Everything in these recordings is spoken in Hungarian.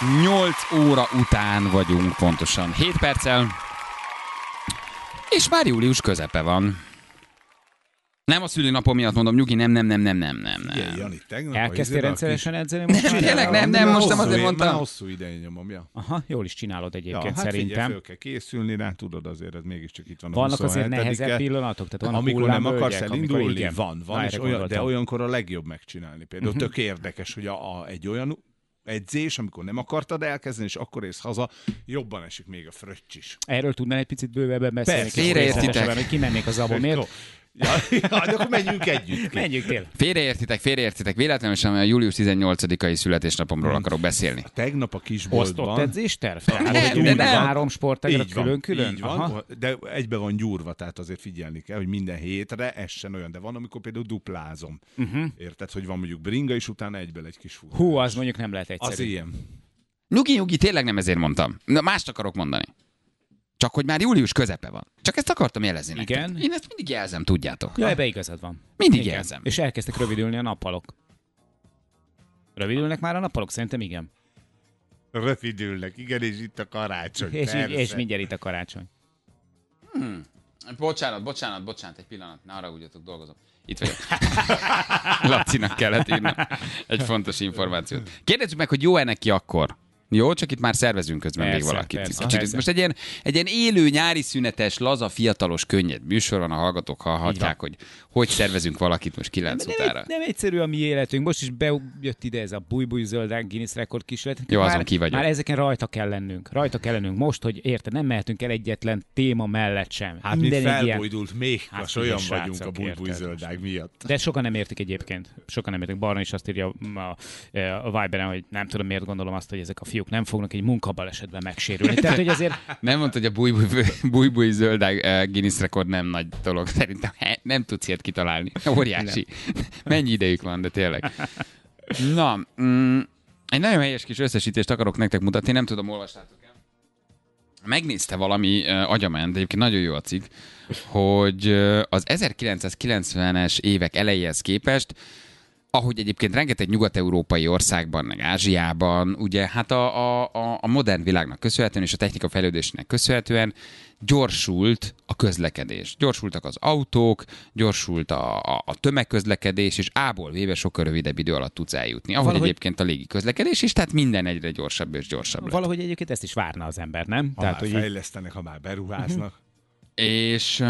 8 óra után vagyunk pontosan 7 perccel, és már július közepe van. Nem a szülinapom miatt mondom, nyugi, nem. Igen, Jani, tegnap elkezdtél rendszeresen edzeni? Nem, tényleg nem, most nem azért mondtam. Már hosszú ideje nyomom, ja. Aha, jól is csinálod egyébként Hát szerintem. figyelj, föl kell készülni rá, tudod azért, ez mégiscsak itt van a Vannak azért 27-e. nehezebb pillanatok? Tehát vannak amikor nem akarsz hullámvölgyek, amikor elindulni, igen. van és olyan, de olyankor a legjobb megcsinálni. Például tök érdekes, hogy egy olyan edzés, amikor nem akartad elkezdeni, és akkor érsz haza, jobban esik még a fröccs is. Erről tudnál egy picit bővebben beszélni? Persze. Félreértitek. Hogy kimennék az abomért. Ja, de akkor menjünk együtt. Menjünk tényleg. Félreértitek. Véletlenül sem a július 18-ai születésnapomról akarok beszélni. Tegnap a kisboltban... Osztott edzésterv? Tehát, Nem. 3 sportágat Így van, külön-külön? így van, Aha. de egybe van gyúrva, tehát azért figyelni kell, hogy minden hétre essen olyan, de van, amikor például duplázom. Érted, hogy van mondjuk bringa, és utána egyből egy kis futás. Hú, az mondjuk nem lehet egyszerű. Az ilyen. Nyugi, tényleg nem ezért mondtam. Na, mást akarok mondani. Csak hogy már július közepe van. Csak ezt akartam jelezni nektek. Igen? Én ezt mindig jelzem, tudjátok. Ja, ebbe igazad van. Mindig Igen. jelzem. És elkezdtek rövidülni a nappalok. Rövidülnek már a nappalok? Szerintem igen. Rövidülnek, igen, és itt a karácsony. És mindjárt itt a karácsony. Bocsánat, egy pillanat, ne haragudjatok, dolgozom. Itt vagyok. Lacinak kellett írnom egy fontos információt. Kérdezzük meg, hogy jó-e neki akkor? Jó, csak itt már szervezünk közben Persze, még valakit. persze, Kicsit. persze. Most egy ilyen élő, nyári szünetes, laza, fiatalos, könnyed műsor van, a hallgatók hallhatják, hogy szervezünk valakit most 9 utára. Nem egyszerű a mi életünk. Most is bejött ide ez a bújbúj zöld Guinness rekord kísérlet. Jó, azon ki vagyok. Már ezeken rajta kell lennünk. Most, hogy érted, nem mehetünk el egyetlen téma mellett sem. Hát mi Minden egy ilyen- felbújdult méhkas, Hát olyan figyelj, vagyunk a srácok, bújbújzöldág miatt. De sokan nem értik egyébként. Sokan nem értik. Barna is azt írja a Viberen, hogy nem tudom, miért gondolom azt, hogy ezek a fiúk nem fognak egy munkabalesetben megsérülni. Tehát, hogy azért Nem mondta, hogy a bújbúj zöldág Guinness rekord nem nagy dolog. Szerintem nem tudsz ilyet kitalálni. Óriási. Mennyi idejük van, de tényleg. Na, egy nagyon helyes kis összesítést akarok nektek mutatni, nem tudom, olvastátok-e. Megnézte valami agyament, egyébként nagyon jó a cikk, hogy az 1990-es évek elejéhez képest, ahogy egyébként rengeteg nyugat-európai országban, meg Ázsiában, ugye hát a modern világnak köszönhetően és a technika fejlődésének köszönhetően gyorsult a közlekedés. Gyorsultak az autók, gyorsult a tömegközlekedés, és A-ból véve sokkal rövidebb idő alatt tudsz eljutni. Ahogy egyébként a légi közlekedés is, tehát minden egyre gyorsabb és gyorsabb lett. valahogy egyébként ezt is várna az ember, nem? Ha Tehát, már hogy fejlesztenek, ha már beruháznak. És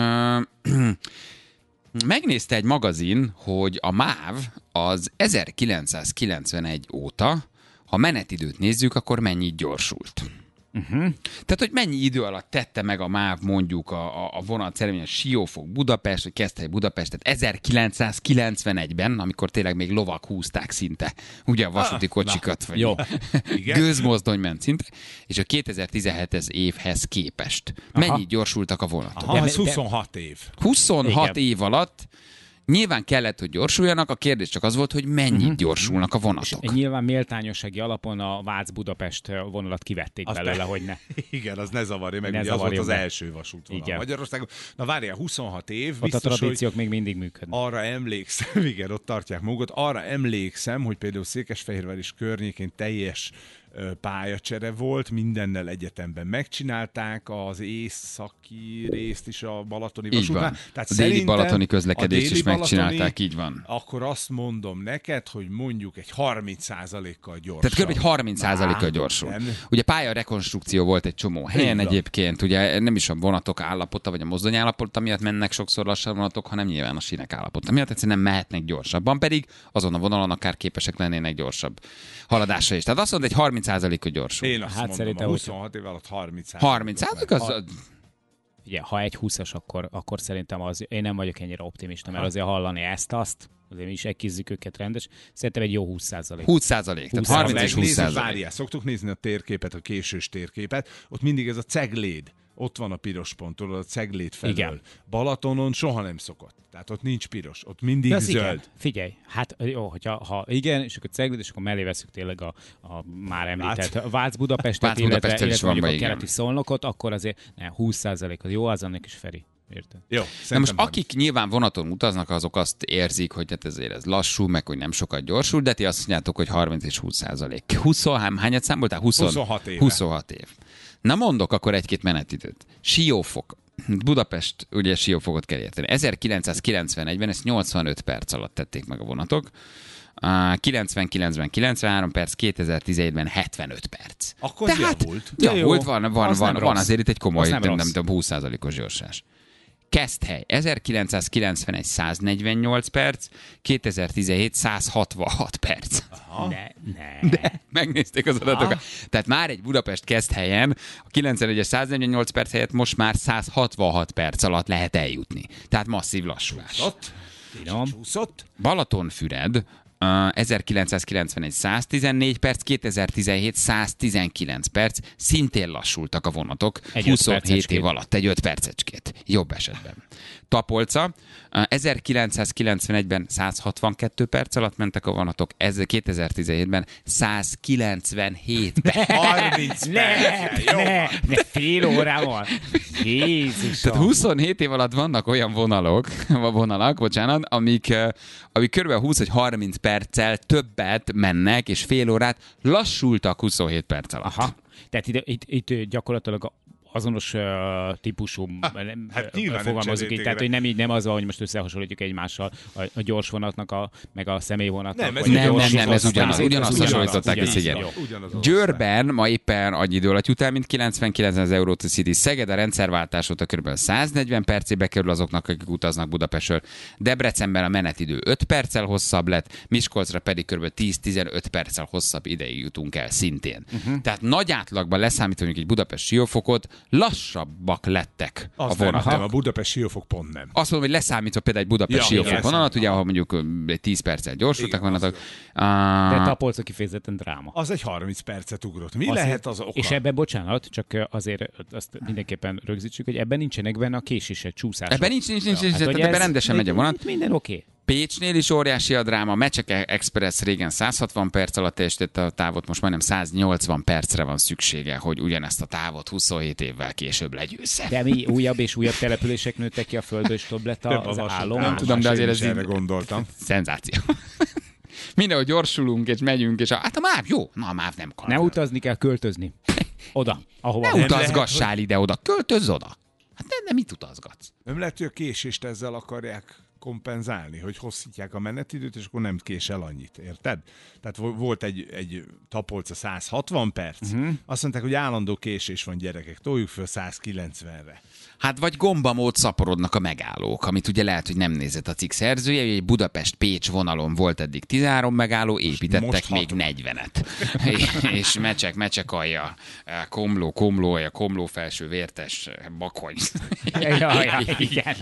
megnézte egy magazin, hogy a MÁV az 1991 óta, ha menetidőt nézzük, akkor mennyit gyorsult. Tehát, hogy mennyi idő alatt tette meg a MÁV mondjuk a vonat szerelményen Siófok Budapest, vagy Keszthely Budapest, tehát 1991-ben, amikor tényleg még lovak húzták szinte, ugye a vasúti kocsikat, vagy jó. gőzmozdony ment szinte, és a 2017-es évhez képest mennyit gyorsultak a vonatok. Aha, ez 26 év. 26 Igen. év alatt nyilván kellett, hogy gyorsuljanak, a kérdés csak az volt, hogy mennyit gyorsulnak a vonatok. Nyilván méltányossági alapon a Vác-Budapest vonalat kivették belőle, hogy ne. Igen, az ne zavarja meg, Ne ugye az volt zavarjon az meg. első vasútvonal Igen. Magyarországon. Na várjál, 26 év, Ott a biztos, hogy tradíciók még mindig működnek. arra emlékszem, igen, ott tartják magukat, arra emlékszem, hogy például Székesfehérvár is környékén teljes pályacsere volt, mindennel egyetemben megcsinálták, az északi részt is a balatoni Így vasútnál. van. Tehát A déli szerintem balatoni közlekedést a déli is megcsinálták, balatoni, így van. Akkor azt mondom neked, hogy mondjuk egy 30%-kal gyorsabb. Tehát kb. 30%-kal gyorsul. nem. Ugye pályarekonstrukció volt egy csomó helyen van. egyébként, ugye nem is a vonatok állapota, vagy a mozdony állapota miatt mennek sokszor lassan vonatok, hanem nyilván a sínek állapota miatt egyszerűen nem mehetnek gyorsabban, pedig azon a vonalon akár képesek lennének gyorsabb haladásra is. Tehát azt mondod, egy 30%-kal gyorsul. Én azt Hát mondom, szerintem, a hogy- 26 év alatt 30%. 30% az... Ugye, ha egy 20-as, akkor szerintem én nem vagyok ennyire optimista, mert azért hallani ezt-azt, azért mi is elkízzük őket rendes, szerintem egy jó 20%. 20%, tehát 30 és 20%. Várjál, szoktuk nézni a térképet, a késős térképet, ott mindig ez a cegléd. Ott van a piros pont, tudod, a cegléd felől. Igen. Balatonon soha nem szokott. Tehát ott nincs piros, ott mindig De az zöld. igen. Figyelj, hát jó, ha igen, és akkor Cegléd, és akkor mellé veszük tényleg a már említett Vác Budapestet, Vác Budapesttel is illetve van mondjuk be, a igen. keleti Szolnokot, akkor azért 20% az jó, az annak is Feri. Érted? Jó, Na most 30. akik nyilván vonaton utaznak, azok azt érzik, hogy hát ezért ez lassú, meg hogy nem sokat gyorsul, de ti azt mondjátok, hogy 30 és 20%. 23, hányat számoltál? 26 éve. 26 év. Na mondok akkor egy-két menetidőt. Siófok. Budapest, ugye Siófokot kell érteni. 1991-ben ezt 85 perc alatt tették meg a vonatok. 99-ben 93 perc, 2017-ben 75 perc. Akkor javult. Javult, Jó, van az nem rossz. azért itt egy komoly, Az nem rossz. nem 20%-os gyorsás. Keszthely, 1991 148 perc, 2017 166 perc. Ne. Megnézték az adatokat. Tehát már egy Budapest Keszthelyen a 91-es 148 perc helyett most már 166 perc alatt lehet eljutni. Tehát masszív lassulás. Ott. Finom. Csúszott. Balatonfüred 1991 114 perc, 2017 119 perc, szintén lassultak a vonatok Egy 27 év alatt, egy 5 percecskét, jobb esetben. Tapolca 1991-ben 162 perc alatt mentek a vonatok, 2017-ben 197 perc. 30 perc. Jó. Ne, fél órával. Jézusom. Tehát 27 év alatt vannak olyan vonalak, amik kb. 20 vagy 30 perccel többet mennek, és fél órát lassultak 27 perc alatt. Aha. Tehát itt gyakorlatilag azonos típusú hát nyilván nem fogalmazunk így, cserélték tehát le. hogy nem az, hogy most összehasonlítjuk egymással a gyors vonatnak, meg a személyvonatnak. Nem, ez vagy a ugyanaz, gyors ez vonatnak. ugyanazt hasonlították össze, igen. Jó. Ugyanaz az Győrben ma éppen annyi idő alatt jut el, mint 99 az Eurocity. Szeged a rendszerváltás óta kb. 140 percébe kerül azoknak, akik utaznak Budapestről. Debrecenben a menetidő 5 perccel hosszabb lett, Miskolcra pedig kb. 10-15 perccel hosszabb ideig jutunk el szintén. Tehát nagy átlagban leszámítva mondjuk egy Budapest Siófokot, lassabbak lettek a Az nem, vonatok. a Budapest Siófok pont nem. Azt mondom, hogy leszámítva például egy Budapest Ja, Siófok igen, vonalat, ugye, ahol mondjuk egy 10 perccel gyorsultak Igen, vonatok. De Tapolca kifejezetten dráma. Az egy 30 percet ugrott. Mi Azért- lehet az oka? És ebben, bocsánat, csak azért azt mindenképpen rögzítsük, hogy ebben nincsenek benne a késések, csúszások. Ebben nincs, Hát, tehát hogy ebben ez- rendesen megy a vonat. Minden oké. Pécsnél is óriási a dráma, Mecsek Express régen 160 perc alatt teljesítette a távot, most majdnem 180 percre van szüksége, hogy ugyanezt a távot 27 évvel később legyőzze. De mi újabb és újabb települések nőttek ki a földből, és több lett Több a az vasút. állomás. Nem tudom, de azért ez erre így- gondoltam. Szenzáció. Mindenhol gyorsulunk és megyünk, és hát a MÁV jó, na a MÁV nem kal. Ne utazni kell, költözni. Oda, ahova. Ne van. utazgassál ide-oda, költözz oda. Hát nem mit utazgatsz? Nem lehet, hogy a késést ezzel akarják kompenzálni, hogy hosszítják a menetidőt, és akkor nem késel annyit, érted? Tehát volt egy Tapolca 160 perc, azt mondták, hogy állandó késés van, gyerekek, toljuk föl 190-re. Hát vagy gombamód szaporodnak a megállók, amit ugye lehet, hogy nem nézett a cikk szerzője, hogy egy Budapest-Pécs vonalon volt eddig 13 megálló, építettek Most még 40-et. És Mecsek alja, Komló-alja, Komló felső, Vértes, Bakony. Ja, igen.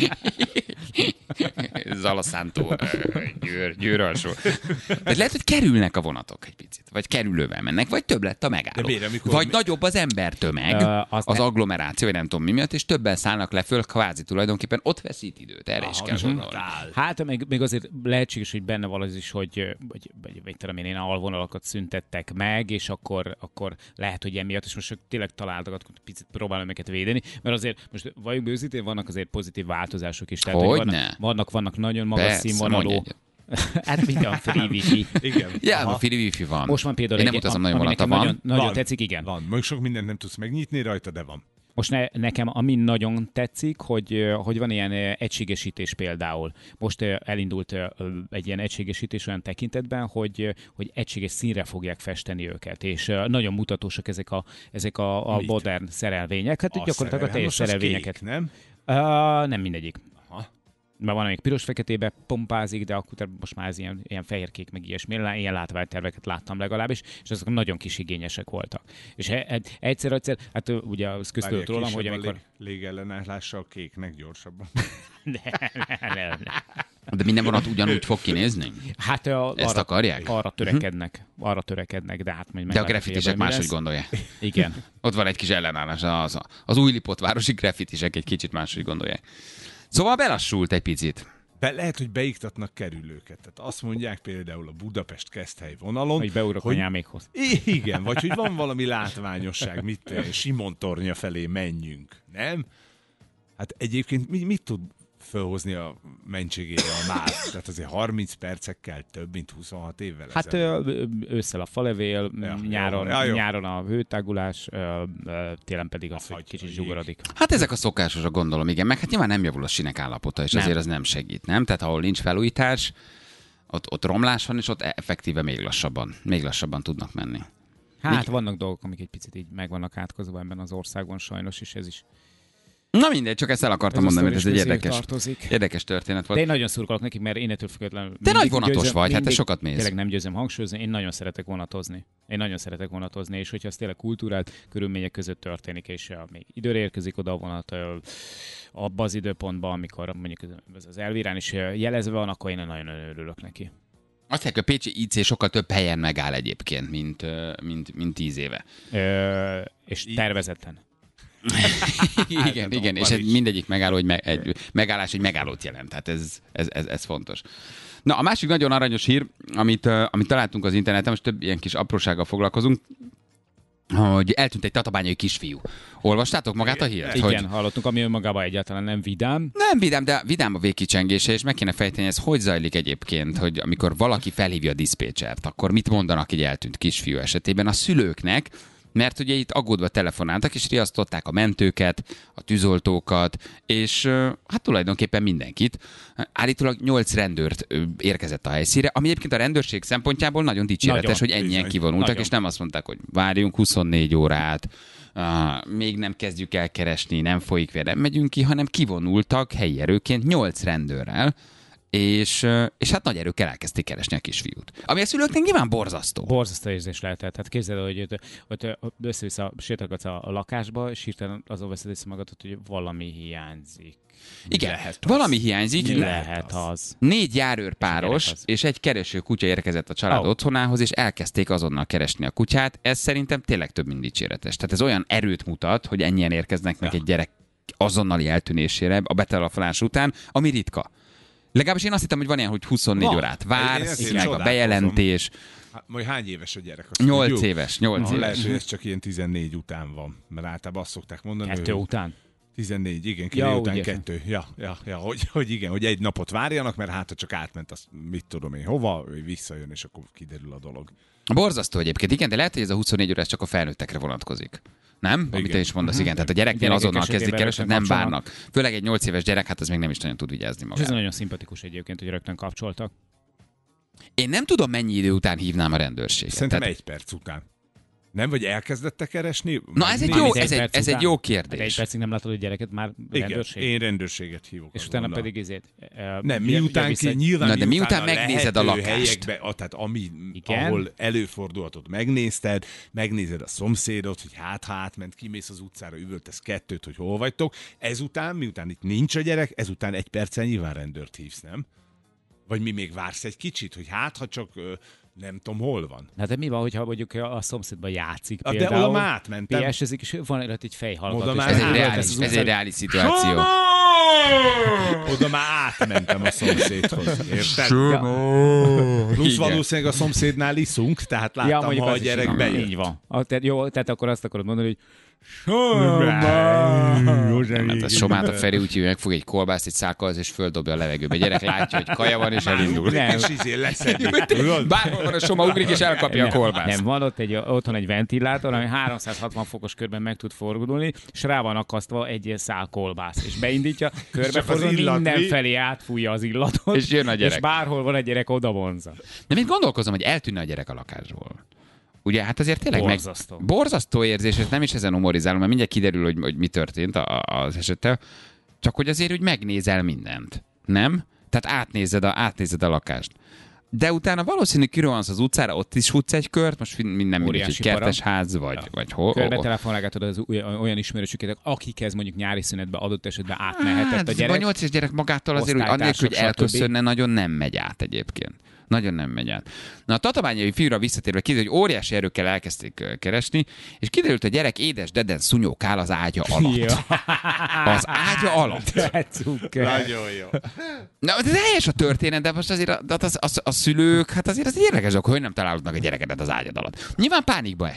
Zalaszántó, Győr alsó. Tehát lehet, hogy kerülnek a vonatok egy picit, vagy kerülővel mennek, vagy több lett a megálló. De miért, amikor Vagy nagyobb az embertömeg, az agglomeráció, vagy nem tudom mi miatt, és többen szállnak le föl, kvázi tulajdonképpen ott veszít időt, erre is kell gondolni. Hát még azért lehetséges, hogy benne van az is, hogy vagy tudom én alvonalakat szüntettek meg, és akkor lehet, hogy emiatt, és most tényleg találtak, picit próbálom őket védeni, mert azért most vagyunk őszintén, vannak azért pozitív változások is. Tehát, hogy vannak nagyon magas színvonalú. Hát mit a free wifi. Igen. Ja, a free wifi van. Most van például én nem utazom nagyon ami vonata, nekem van. nagyon tetszik, igen. Van. Még sok mindent nem tudsz megnyitni rajta, de van. Most nekem ami nagyon tetszik, hogy van ilyen egységesítés például. Most elindult egy ilyen egységesítés olyan tekintetben, hogy egységes színre fogják festeni őket, és nagyon mutatósak ezek a modern szerelvények. Hát gyakorlatilag a teljes szerelvényeket. Kék, nem? Nem mindegyik. Mert van, amelyik piros-feketébe pompázik, de akkor most már ez ilyen fehér-kék, meg ilyesmi. Ilyen látványterveket láttam legalábbis, és azok nagyon kis igényesek voltak. És egyszer, hát ugye az köztudott rólam, hogy amikor... Légellenállással kéknek gyorsabban. Nem. De minden vonat ugyanúgy fog kinézni? Hát ezt akarják? Arra törekednek, de hát majd de a graffitisek máshogy gondolják. Igen. Ott van egy kis ellenállás. Az új Lipótvárosi graffitisek egy kicsit máshogy gondolják. Szóval belassult egy picit. Lehet, hogy beiktatnak kerülőket. Tehát azt mondják például a Budapest-Keszthely vonalon, hogy beugrok a nyámékhoz. Igen, vagy hogy van valami látványosság, Simon tornya felé menjünk, nem? Hát egyébként mit tud felhozni a mentségére a nász? Tehát azért 30 percekkel több, mint 26 évvel Hát ősszel a falevél, nyáron a hőtágulás, télen pedig az, hogy kicsit zsugorodik. Hát ezek a szokásosak, gondolom, igen. Meg hát nyilván nem javul a sinek állapota, és azért az nem segít, nem? Tehát ahol nincs felújítás, ott romlás van, és ott effektíve még lassabban tudnak menni. Hát vannak dolgok, amik egy picit így meg vannak átkozva ebben az országban sajnos, és ez is. Na mindegy, csak ezt el akartam mondani, hogy ez egy érdekes történet volt. De én nagyon szurkolok nekik, mert én ettől függetlenül... Te nagy vonatos vagy, hát te sokat mész. Tényleg nem győzöm hangsúlyozni, én nagyon szeretek vonatozni. És hogyha az tényleg kultúrált körülmények között történik, és még időre érkezik oda a vonat, abban az időpontban, amikor mondjuk az elvírán is jelezve van, akkor én nagyon örülök neki. Azt mondják, a pécsi IC sokkal több helyen megáll egyébként, mint 10 éve. És tervezetten. igen, és mindegyik megálló, egy megállás egy megállót jelent, tehát ez fontos. Na, a másik nagyon aranyos hír, amit találtunk az interneten, most több ilyen kis aprósággal foglalkozunk, hogy eltűnt egy tatabányai kisfiú. Olvastátok magát a hírt? Igen, hallottunk, ami önmagában egyáltalán nem vidám. Nem vidám, de vidám a végkicsengése, és meg kéne fejteni, ez hogy zajlik egyébként, hogy amikor valaki felhívja a diszpécsert, akkor mit mondanak egy eltűnt kisfiú esetében a szülőknek, mert ugye itt aggódva telefonáltak, és riasztották a mentőket, a tűzoltókat, és hát tulajdonképpen mindenkit. Állítólag 8 rendőrt érkezett a helyszínre, ami egyébként a rendőrség szempontjából nagyon dicséretes, hogy ennyien kivonultak, és nem azt mondták, hogy várjunk 24 órát, még nem kezdjük el keresni, nem folyik vele, nem megyünk ki, hanem kivonultak helyi erőként 8 rendőrrel, és hát nagy erőkkel elkezdték keresni a kisfiút. Ami a szülőknek nyilván borzasztó. Borzasztó érzés lehetett. Hát képzeld, hogy össze-vissza sétálgatsz a lakásba, és hirtelen azon veszed észre magadat, hogy valami hiányzik. Igen, valami hiányzik. Lehet az. 4 járőrpáros és egy kereső kutya érkezett a család otthonához, és elkezdték azonnal keresni a kutyát. Ez szerintem tényleg több, mint dicséretes. Tehát ez olyan erőt mutat, hogy ennyien érkeznek meg egy gyerek azonnali eltűnésére a betelefonálás után, ami ritka. Legalábbis én azt hittem, hogy van ilyen, hogy 24 órát vársz, meg a bejelentés. Majd hány éves a gyerek? 8 éves. Lehet, hogy ez csak ilyen 14 után van, mert általában azt szokták mondani, 2 után? 14, igen, 9 után 2. Hogy igen, hogy egy napot várjanak, mert hát ha csak átment, azt mit tudom én hova, visszajön, és akkor kiderül a dolog. Borzasztó egyébként, igen, de lehet, hogy ez a 24 órás csak a felnőttekre vonatkozik. Nem? Igen. Amit te is mondasz, igen. Tehát a gyereknél azonnal kezdik keresni, nem várnak. Főleg egy 8 éves gyerek, hát az még nem is nagyon tud vigyázni magára. És ez nagyon szimpatikus egyébként, hogy rögtön kapcsoltak. Én nem tudom, mennyi idő után hívnám a rendőrséget. Szerintem 1 perc után. Nem, vagy elkezdette keresni? Na ez egy jó kérdés. Hát 1 percig nem látod, hogy gyereket már rendőrség? Igen, én rendőrséget hívok. És utána pedig ezért... Nem, miután nyilván... De miután megnézed a lakást. Tehát ahol előfordulhatod, megnézed a szomszédot, hogy hát átment, kimész az utcára, üvöltesz 2, hogy hol vagytok. Ezután, miután itt nincs a gyerek, ezután 1 perccel nyilván rendőrt hívsz, nem? Vagy mi még vársz egy kicsit, hogy hát, ha csak... Nem tudom, hol van. Na de mi van, hogyha mondjuk a szomszédban játszik például? De oda már átmentem. PS-ezik, és van előtt egy fejhallgató. Ez egy reális szituáció. Oda már átmentem a szomszédhoz. Érted? Plusz valószínűleg a szomszédnál iszunk, tehát láttam, ha a gyerek bejön. Így van. Jó, tehát akkor azt akarod mondani, hogy Somát a Feri úgy hívja, megfog egy kolbászt, egy szálkalaz, és földobja a levegőbe. A gyerek látja, hogy kaja van, és elindul. Bárhol van a Soma, ugrik, és elkapja a kolbászt. Nem, van ott otthon egy ventilátor, ami 360 fokos körben meg tud fordulni, és rá van akasztva egy szál kolbász. És beindítja, körbefordul, mindenfelé átfújja az illatot, és jön a gyerek. És bárhol van egy gyerek, oda vonza. De még gondolkozom, hogy eltűnne a gyerek a lakásról. Ugye, hát azért tényleg borzasztó érzés, és nem is ezen humorizálom, mert mindjárt kiderül, hogy mi történt az esettel, csak hogy azért úgy megnézel mindent, nem? Tehát átnézed a lakást. De utána valószínűleg kirohansz az utcára, ott is futsz egy kört, most minden mindegy, hogy kertes ház, vagy hol. Körbe telefonálgatod az olyan ismerősöket, akikhez mondjuk nyári szünetben adott esetben átmehetett a gyerek. A 8 éves gyerek magától azért, hogy annélkül, hogy elköszönne, nagyon nem megy át egyébként. Nagyon nem megy át. Na a tatabányai fiúra visszatérve kiderült, hogy óriási erőkkel elkezdték keresni, és kiderült, hogy a gyerek édes deden szunyókál az ágya alatt. Az ágya alatt. Nagyon jó. Na, de helyes a történet, de most azért a szülők, hát azért az érdekes, hogy nem találod meg a gyerekedet az ágyad alatt. Nyilván pánikba esel.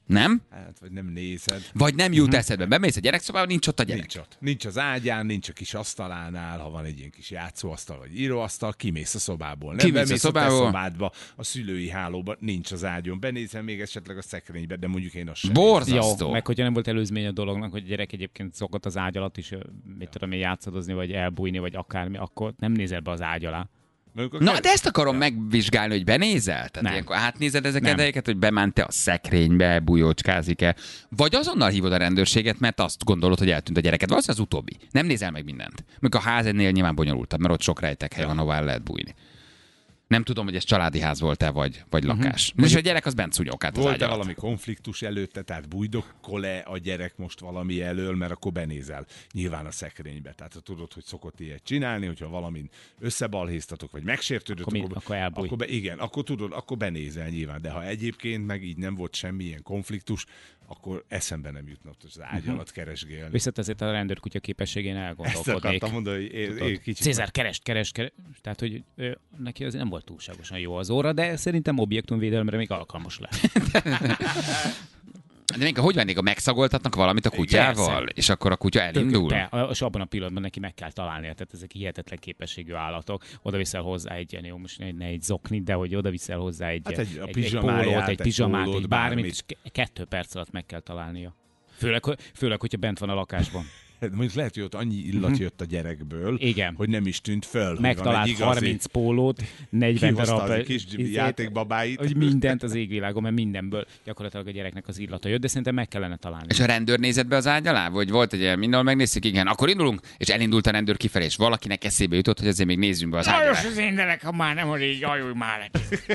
Nem? Hát, vagy nem nézed. Vagy nem jut eszedbe. Bemész a gyerekszobába, nincs ott a gyerek. Nincs ott. Nincs az ágyán, nincs a kis asztalánál, ha van egy ilyen kis játszóasztal vagy íróasztal, kimész a szobából. Nem Kimész a bemész szobából. a te szobádba, a szülői hálóba, nincs az ágyon. Benézem még esetleg a szekrénybe, de mondjuk én azt sem. Borzasztó. Jó, meg hogyha nem volt előzmény a dolognak, hogy a gyerek egyébként szokott az ágy alatt is, mit tudom én, játszadozni, vagy elbújni, vagy akármi, akkor nem nézel be az ágy alá. Na, de ezt akarom megvizsgálni, hogy benézel? Tehát Nem. ilyenkor átnézed ezeket Nem. a helyeket, hogy bemente a szekrénybe, bujócskázik-e, vagy azonnal hívod a rendőrséget, mert azt gondolod, hogy eltűnt a gyereket. Valószínűleg az utóbbi. Nem nézel meg mindent. Még a ház ennél nyilván bonyolultabb, mert ott sok rejtekhely van, ahová lehet bújni. Nem tudom, hogy ez családi ház volt-e, vagy lakás. És a gyerek az bent szúnyogkált az ágy Volt-e alatt. valami konfliktus előtte, tehát bújdokol-e a gyerek most valami elől, mert akkor benézel nyilván a szekrénybe. Tehát ha tudod, hogy szokott ilyet csinálni, hogyha valamin összebalhéztatok, vagy megsértődött, Akkor elbúj. igen, akkor tudod, akkor benézel nyilván. De ha egyébként meg így nem volt semmilyen konfliktus, akkor eszembe nem jutna ott az ágy alatt keresgélni. Viszont azért a rendőrkutya képességén Ezt elgondolkodnék. akartam mondani, hogy én kicsit... Cézár, keresd. Tehát, hogy neki azért nem volt túlságosan jó az óra, de szerintem objektumvédelemre még alkalmas lehet. De még hogy vennék, a megszagoltatnak valamit a kutyával, Persze. és akkor a kutya elindul? És abban a pillanatban neki meg kell találnia, tehát ezek hihetetlen képességű állatok. Oda viszel hozzá egy, jó, most ne egy zoknit, de hogy oda viszel hozzá egy, Hát egy pizsamáját, pólót, egy pizsamát, pólót, egy bármit, bármit. és 2 perc alatt meg kell találnia. Főleg, hogyha bent van a lakásban. Mondjuk lehet, hogy ott annyi illat jött a gyerekből, Igen. hogy nem is tűnt föl. Megtalált hogy van egy 30 pólót, 40 Kihozta darab az egy kis játékbabáit. hogy mindent az égvilágon, mert mindenből gyakorlatilag a gyereknek az illata jött, de szerintem meg kellene találni. És a rendőr nézett be az ágy alá? Vagy volt egy ilyen, mindenhol megnéztük, igen, akkor indulunk, és elindult a rendőr kifelé, és valakinek eszébe jutott, hogy azért még nézzünk be az ágy alá. Lajos, az én derek, ha már nem, hogy így jajulj már.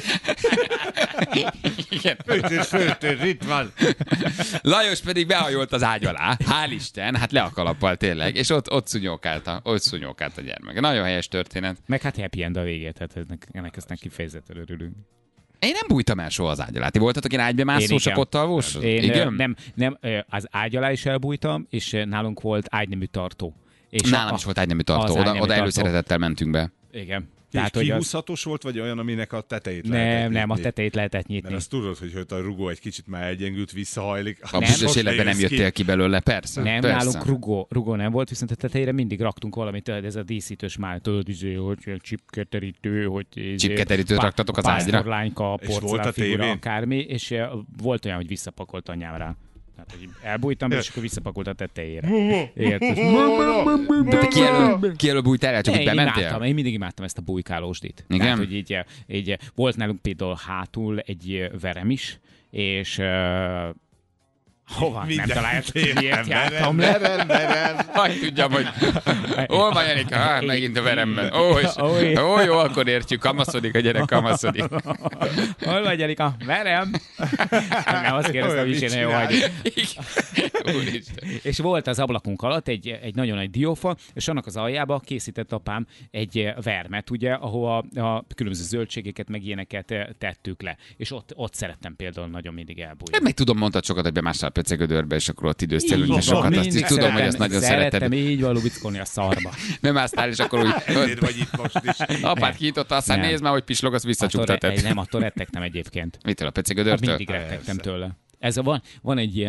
Föltör, itt van. Lajos pedig behajolt az ágy alá, hál' Isten, hát le a kalappal tényleg, és ott szúnyókált a gyermek. Nagyon helyes történet. Meg hát happy end a végét, tehát ennek aztán kifejezetten örülünk. Én nem bújtam el soha az ágy alá. Ti voltatok én ágybemászó, csak ott alvós? Én nem, az ágy alá is elbújtam, és nálunk volt ágynemű tartó. És Nálam is volt ágynemű tartó, az ágynemű oda tartó. előszeretettel mentünk be. Igen. Tehát, hogy kihúzhatós volt, vagy olyan, aminek a tetejét lehetett nem, a nyitni? tetejét lehetett nyitni. Mert azt tudod, hogy a rugó egy kicsit már elgyengült, visszahajlik. A büdös életben nem jöttél ki belőle, persze. Nem, persze. nálunk rugó nem volt, viszont a tetejére mindig raktunk valamit, ez a díszítős már, hogy csipketerítő, hogy Csipketerítőt raktatok az ágyra? pásztorlányka, És volt a porcelánfigura, tévén? akármi, és volt olyan, hogy visszapakolt anyám rá. Tehát, hogy elbújtam, és akkor visszapakolt a tetejére. Érted? De te ki elől bújtál el, csak úgy bementél? Én mindig imádtam ezt a bujkálósdit. Igen? Tehát, hogy így volt nálunk például hátul egy verem is, és hova? Nem találtam, miért jártam le. Verem. Hagy tudjam, hogy hol van Janika? Megint a veremben. Ó, jó, akkor értjük, kamaszodik a gyerek, kamaszodik. Hol vagy, Erika? Verem! Nem, azt kérdeztem, hogy is jó vagy. Úristen. És volt az ablakunk alatt egy nagyon nagy diófa, és annak az aljába készített apám egy vermet, ugye, ahova a különböző zöldségeket, meg ilyeneket tettük le. És ott szerettem például nagyon mindig elbújni. Meg tudom, mondtad sokat, hogy bemásztál Pecegödörbe, és akkor ott időztelődni sokat. Azt is tudom, hogy ezt nagyon szerettem szereted. így van lubickolni a szarba. Nem álltál, és akkor úgy... Ezért vagy itt most is. Apát kinyitotta, aztán Nem. nézd már, hogy pislog, azt visszacsuktatod. Nem, attól rettegtem egyébként. Mitől, a Hát Pecegödörtől? mindig rettegtem tőle. Van egy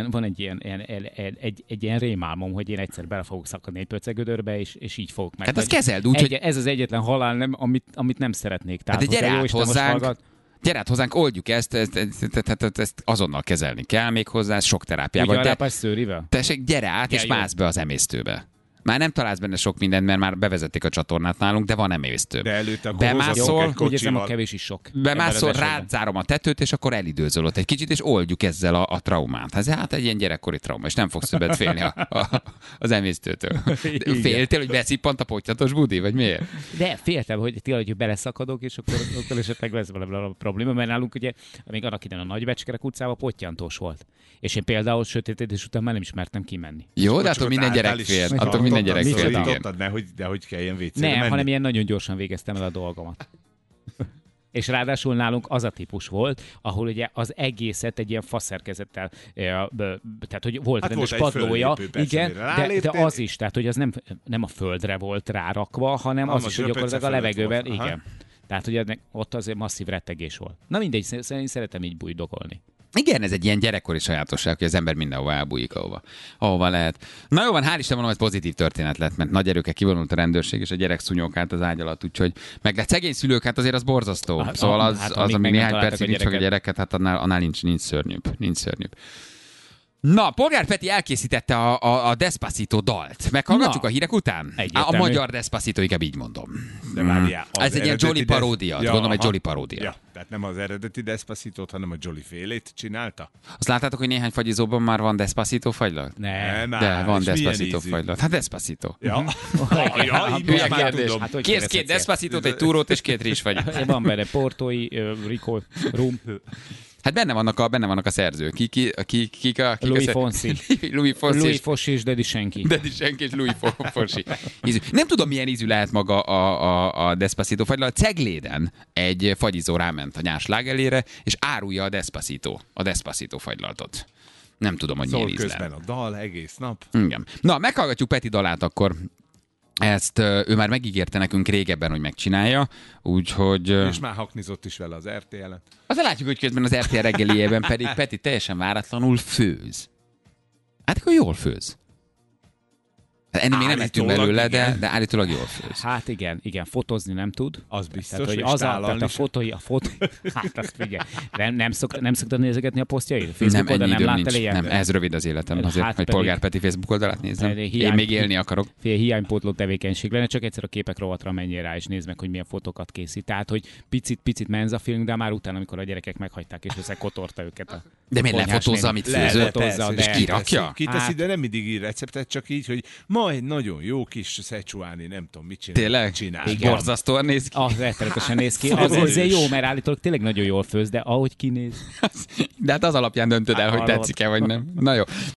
ilyen rémálmom, hogy én egyszer bele fogok szakadni egy pöcegödörbe, és így fogok meg. Hát azt kezeld úgy, hogy... Ez az egyetlen halál, nem, amit nem szeretnék. Tehát, Hát de gyere hogyha át Jóisten most hozzánk, hallgat- gyere át hozzánk, oldjuk ezt azonnal kezelni kell még hozzá, ez sok terápiával. Ugye a De rápás szőrivel? tessék, gyere át, és Ja, jó. mász be az emésztőbe. Már nem találsz benne sok mindent, mert már bevezették a csatornát nálunk, de van emésztő. De előtte akkor Bemászol, hozatok egy Úgy érzem, a kocsival. kevés is sok. Bemászol, Ebben az esetben. rád zárom a tetőt, és akkor elidőzöl ott egy kicsit, és oldjuk ezzel a traumát. Hát egy ilyen gyerekkori trauma, és nem fogsz többet félni az emésztőtől. Igen. Féltél, hogy beszippant a pottyatos budi, vagy miért? De féltem, hogy tényleg, hogy beleszakadok, és akkor esetleg lesz valami probléma, mert nálunk ugye, még annak idején a Nagybecskerek utcában pottyantós volt. És én például sötétedés után már nem ismertem kimenni. Jó, de attól Csak minden ott gyerek álltál is, fél. és Attól minden gyerek Mit fél, igen. szorítottad, nehogy kelljen vécére Nem, menni. hanem ilyen nagyon gyorsan végeztem el a dolgomat. És ráadásul nálunk az a típus volt, ahol ugye az egészet egy ilyen faszerkezettel, tehát hogy volt Hát rendes volt egy padlója, föllépő, persze, igen, mire de ráléptél. az is, tehát hogy az nem a földre volt rárakva, hanem Nem, az az is, hogy zsöpöce gyakorlatilag a fölött levegőben, volt. Aha. igen. Tehát, hogy ott azért masszív rettegés volt. Na mindegy, én szeretem így bújdogolni. Igen, ez egy ilyen gyerekkori sajátosság, hogy az ember mindenhova elbújik, ahova lehet. Na jó van, hál' Isten mondom, ez pozitív történet lett, mert nagy erőkkel kivonult a rendőrség, és a gyerek szúnyogkált az ágy alatt, úgyhogy meg de szegény szülők, hát azért az borzasztó. Szóval az, ami néhány percig nincs meg a gyereket, hát annál nincs szörnyűbb. Na, Polgár Peti elkészítette a Despacito dalt. Meghallgatjuk a hírek után? Egyértelmű. A magyar Despacito, inkább így mondom. De várjál, Ez egy ilyen Jolly paródia. Gondolom, egy Jolly paródia. Ja, tehát nem az eredeti Despacitót, hanem a Jolly félét csinálta? Azt láttátok, hogy néhány fagyizóban már van Despacito fagylalt? Nem. De van Despacito fagylalt. Hát Despacito. Ja, így Hülye most már kérdés. tudom. Hát, hogy Kész két Despacitót, egy túrót és két rizsfagyit. Van benne portói, Rico, rum, Hát benne vannak a szerzők. Kik a Louis szerzők? Fonsi. Louis Fonsi. Louis Fossi és Dedi Senki. Dedi Senki és Louis Fonsi. Nem tudom, milyen ízű lehet maga a Despacito fagylalt. Cegléden egy fagyizó ráment a nyárslág elére, és árulja a Despacito fagylaltot. Nem tudom, hogy Szól milyen íz közben lehet. a dal egész nap. Igen. Na, meghallgatjuk Peti dalát akkor. Ezt ő már megígérte nekünk régebben, hogy megcsinálja, úgyhogy... És már haknizott is vele az RTL-et. Aztán látjuk, hogy közben az RTL reggeliében pedig Peti teljesen váratlanul főz. Hát akkor jól főz. Ennél még nem ettünk Állítólag belőle, igen. de állítólag jól főz. Hát igen, fotózni nem tud. Az biztos, Tehát, hogy és az tálalni tehát a sem. fotói, hát azt figyelj. Nem szoktad nézegetni a posztjait? Facebook Nem, ennyi oldal nem időm láttál nincs. ilyen? Nem, ez rövid az életem. Azért, Hát hogy pedig- Polgár Peti Facebook oldalát nézzem. Pedig Én még élni akarok. Hiánypótló tevékenység lenne, csak egyszer a képek rovatra menjél rá, és nézd meg, hogy milyen fotókat készít. Tehát, hogy picit menzafilm, de már utána, amikor a gyerekek meghagyták, és összekotorta őket a De miért konyhás lefotózza, néni. amit főzött? Lefotózza, És de- kirakja? Kiteszi, Hát- de nem mindig ír receptet, csak így, hogy ma egy nagyon jó kis szecsuáni, nem tudom mit csinál. Tényleg? Csinál. Igen. Borzasztóan néz ki. Az rettenetesen néz ki. Hát, Az az azért is. jó, mert állítólag tényleg nagyon jól főz, de ahogy kinéz. De hát az alapján döntöd el, hogy hallod. tetszik-e vagy nem. Na jó.